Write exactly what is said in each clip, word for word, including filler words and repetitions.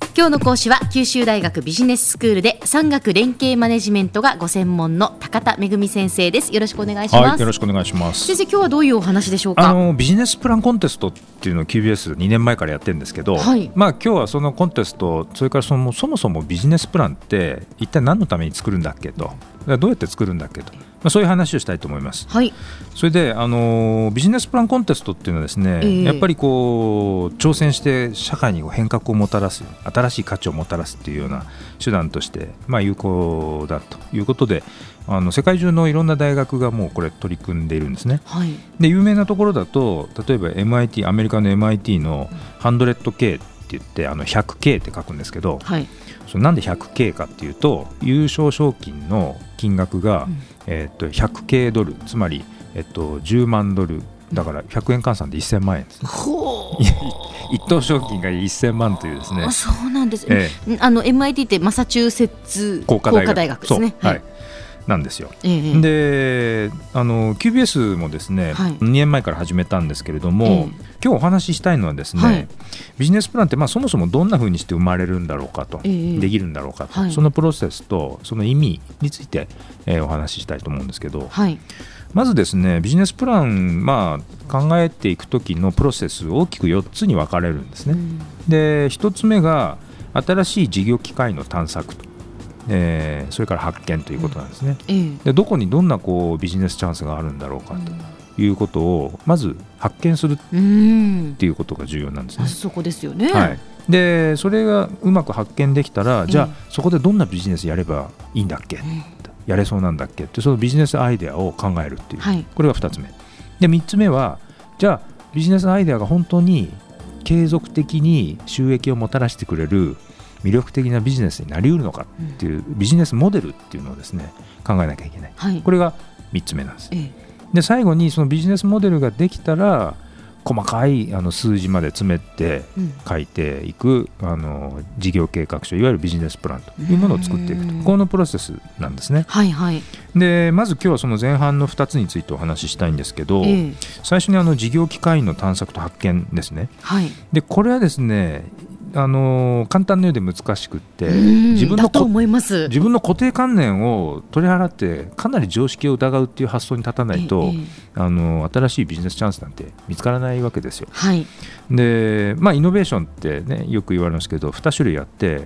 今日の講師は九州大学ビジネススクールで産学連携マネジメントがご専門の高田恵先生です。よろしくお願いします。 はい、よろしくお願いします。 先生、今日はどういうお話でしょうか。 あのビジネスプランコンテストっていうのを キュービーエスにねんまえからやってるんですけど、 はい、 まあ、今日はそのコンテスト、それからそのそもそもビジネスプランって一体何のために作るんだっけと、どうやって作るんだっけと、まあ、そういう話をしたいと思います。 はい、 それであのビジネスプランコンテストっていうのはですね、えー、やっぱりこう挑戦して社会に変革をもたらす、新しい価値をもたらすっていうような手段として、まあ、有効だということで、あの世界中のいろんな大学がもうこれ取り組んでいるんですね。 はい、 で有名なところだと、例えば エムアイティー、アメリカの エムアイティー の ひゃくケー って言って、あの ひゃくケー って書くんですけど、 はい、 そのなんで ひゃくケー かっていうと、優勝賞金の金額が、うんえー、とひゃくケー ドル、つまり、えっと、じゅうまんドルだからひゃくえん換算でせんまんえんですね。 ほう一等賞金がせんまんというですね。 あ、そうなんですね、 ええ、 あの エムアイティー ってマサチューセッツ工科大学、大学ですね。 はい、なんですよ。 ええ、 であの キュービーエス もですね、はい、にねんまえから始めたんですけれども、ええ、今日お話ししたいのはですね、はい、ビジネスプランって、まあ、そもそもどんな風にして生まれるんだろうかと、ええ、できるんだろうかと、はい、そのプロセスとその意味について、えー、お話ししたいと思うんですけど、はい、まずですね、ビジネスプラン、まあ、考えていく時のプロセス大きくよっつに分かれるんですね。うん、でひとつめが新しい事業機会の探索と、えー、それから発見ということなんですね。うん、でどこにどんなこうビジネスチャンスがあるんだろうかということをまず発見するっていうことが重要なんですね。 うん、そこですよね。 はい、でそれがうまく発見できたら、じゃあそこでどんなビジネスやればいいんだっけ、うん、やれそうなんだっけって、そのビジネスアイデアを考えるっていう、はい、これがふたつめで、みっつめはじゃあビジネスアイデアが本当に継続的に収益をもたらしてくれる魅力的なビジネスになりうるのかっていう、うん、ビジネスモデルっていうのをですね考えなきゃいけない、はい、これがみっつめなんです。ええ、で最後にそのビジネスモデルができたら細かいあの数字まで詰めて書いていく、うん、あの事業計画書、いわゆるビジネスプランというものを作っていくと、このプロセスなんですね。 はいはい、 でまず今日はその前半のふたつについてお話ししたいんですけど、えー、最初にあの事業機会の探索と発見ですね。はい、でこれはですね、あの簡単なようで難しくって、自分のだと思います。 自分の固定観念を取り払ってかなり常識を疑うっていう発想に立たないと、ええ、あの新しいビジネスチャンスなんて見つからないわけですよ。はい、で、まあ、イノベーションって、ね、よく言われますけどに種類あって、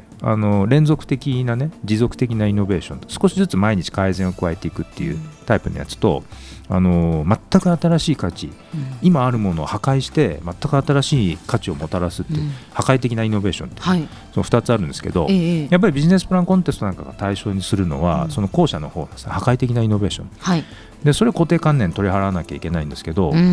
あの連続的な、ね、持続的なイノベーション、少しずつ毎日改善を加えていくっていうタイプのやつと、あの全く新しい価値、うん、今あるものを破壊して全く新しい価値をもたらすっていう、うん、破壊的なイノベーションって、はい、そのふたつあるんですけど、ええ、やっぱりビジネスプランコンテストなんかが対象にするのは、うん、その後者の方ですね、破壊的なイノベーション、はい、でそれを固定観念取り払わなきゃいけないんですけど、うん、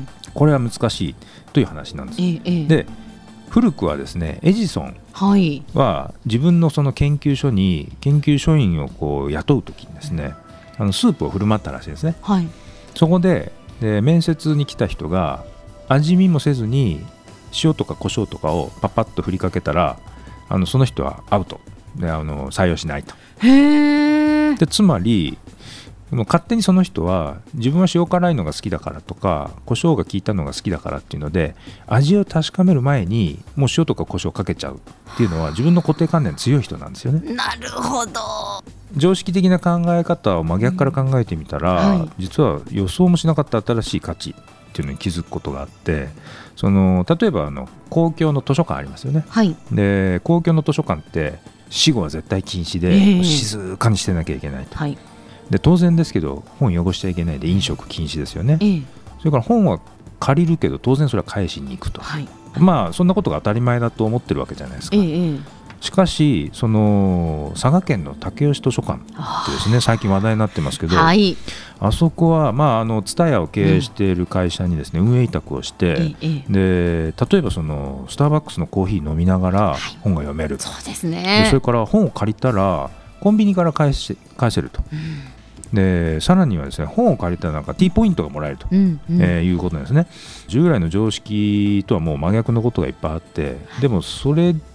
これは難しいという話なんです。ええ、で古くはですね、エジソンは自分のその研究所に研究所員をこう雇うときにですね、あのスープを振る舞ったらしいですね。はい、そこ で, で面接に来た人が味見もせずに塩とか胡椒とかをパッパッと振りかけたら、あのその人はアウトで、あの採用しないと。へー。でつまりもう勝手にその人は自分は塩辛いのが好きだからとか胡椒が効いたのが好きだからっていうので、味を確かめる前にもう塩とか胡椒をかけちゃうっていうのは自分の固定観念強い人なんですよね。 なるほど。 常識的な考え方を真逆から考えてみたら、うんはい、実は予想もしなかった新しい価値っていうのに気づくことがあって、その例えばあの公共の図書館ありますよね。はい、で公共の図書館って死後は絶対禁止で、えー、静かにしてなきゃいけないと。はい、で当然ですけど本汚しちゃいけないで飲食禁止ですよね。えー、それから本は借りるけど当然それは返しに行くと。はい、まあそんなことが当たり前だと思ってるわけじゃないですか。えーしかしその佐賀県の武雄図書館ってですね、最近話題になってますけど、はい、あそこはまああの蔦屋を経営している会社にですね、うん、運営委託をして、ええ、で例えばそのスターバックスのコーヒー飲みながら本が読める、はい、 そうですね。 でそれから本を借りたらコンビニから返し返せると、うん、でさらにはですね、本を借りたらなんか T ポイントがもらえると、うんうんえー、いうことなんですね。従来の常識とはもう真逆のことがいっぱいあって、でもそれ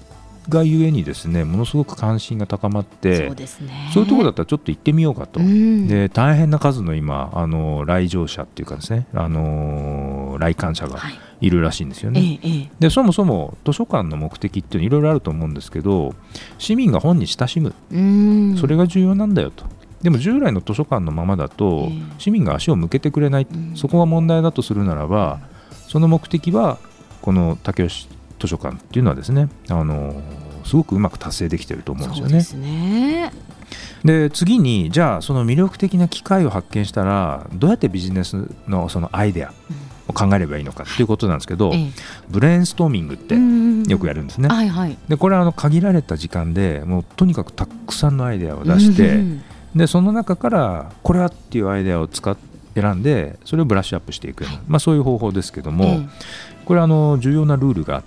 がゆえにですねものすごく関心が高まって、 そうですね、 そういうところだったらちょっと行ってみようかと、うん、で大変な数の今あの来場者っていうかですね、あの来館者がいるらしいんですよね、はいええ、でそもそも図書館の目的っていうのいろいろあると思うんですけど、市民が本に親しむ、うん、それが重要なんだよと。でも従来の図書館のままだと市民が足を向けてくれない、えー、そこが問題だとするならば、その目的はこの武雄図書館っていうのはですね、あのすごくうまく達成できていると思うんですよね。 そうですね。 で次にじゃあその魅力的な機会を発見したらどうやってビジネスのそのアイデアを考えればいいのかっていうことなんですけど、はい、ブレインストーミングってよくやるんですね、はいはい、でこれはあの限られた時間でもうとにかくたくさんのアイデアを出して、うん、でその中からこれはっていうアイデアを使って選んでそれをブラッシュアップしていくような、まあ、そういう方法ですけども、うん、これはあの重要なルールがあって、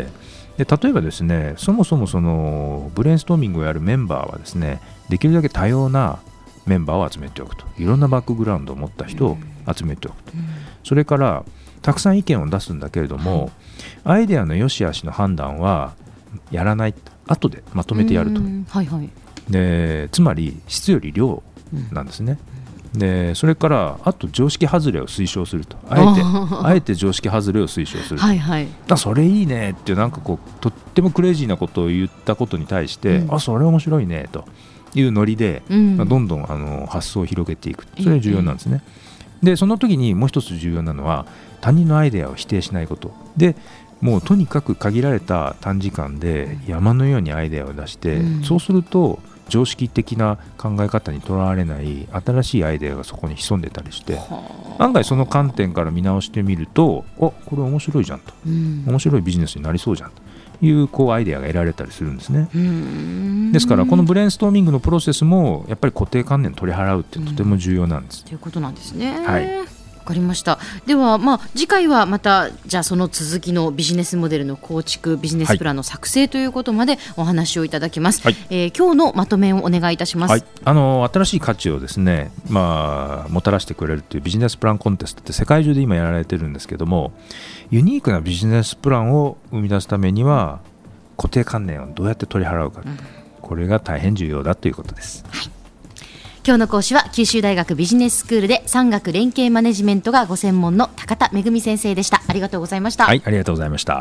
で例えばですねそもそもそのブレインストーミングをやるメンバーはですねできるだけ多様なメンバーを集めておくと、いろんなバックグラウンドを持った人を集めておくと、うん、それからたくさん意見を出すんだけれども、はい、アイデアの良し悪しの判断はやらない、後でまとめてやると、はいはい、でつまり質より量なんですね、うん、でそれからあと常識外れを推奨すると、あえてあえて常識外れを推奨すると、はいはい、だそれいいねってなんかこうとってもクレイジーなことを言ったことに対して、うん、あそれ面白いねというノリで、うん、どんどんあの発想を広げていく、それが重要なんですね、うん、でその時にもう一つ重要なのは他人のアイデアを否定しないことで、もうとにかく限られた短時間で山のようにアイデアを出して、うん、そうすると常識的な考え方にとらわれない新しいアイデアがそこに潜んでたりして、案外その観点から見直してみると、あこれ面白いじゃんと、うん、面白いビジネスになりそうじゃんというこうアイデアが得られたりするんですね。うーんですからこのブレインストーミングのプロセスもやっぱり固定観念取り払うってとても重要なんです、うん、ということなんですね。 はい、 わかりました。では、まあ、次回はまたじゃあその続きのビジネスモデルの構築、ビジネスプランの作成ということまでお話をいただきます、はい、えー、今日のまとめをお願いいたします、はい、 あの新しい価値をですね、まあ、もたらしてくれるというビジネスプランコンテストって世界中で今やられてるんですけども、ユニークなビジネスプランを生み出すためには固定観念をどうやって取り払うか、うん、これが大変重要だということです、はい。 今日の講師は九州大学ビジネススクールで産学連携マネジメントがご専門の高田恵先生でした。ありがとうございました。 はい、ありがとうございました。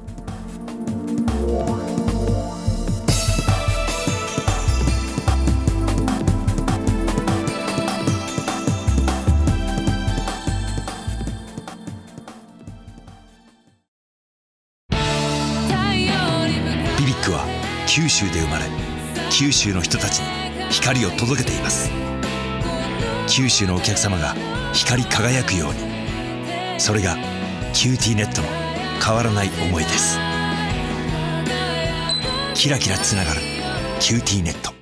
ビビックは九州で生まれ、九州の人たちに光を届けています。九州のお客様が光り輝くように、それがキューティーネットの変わらない思いです。キラキラつながるキューティーネット。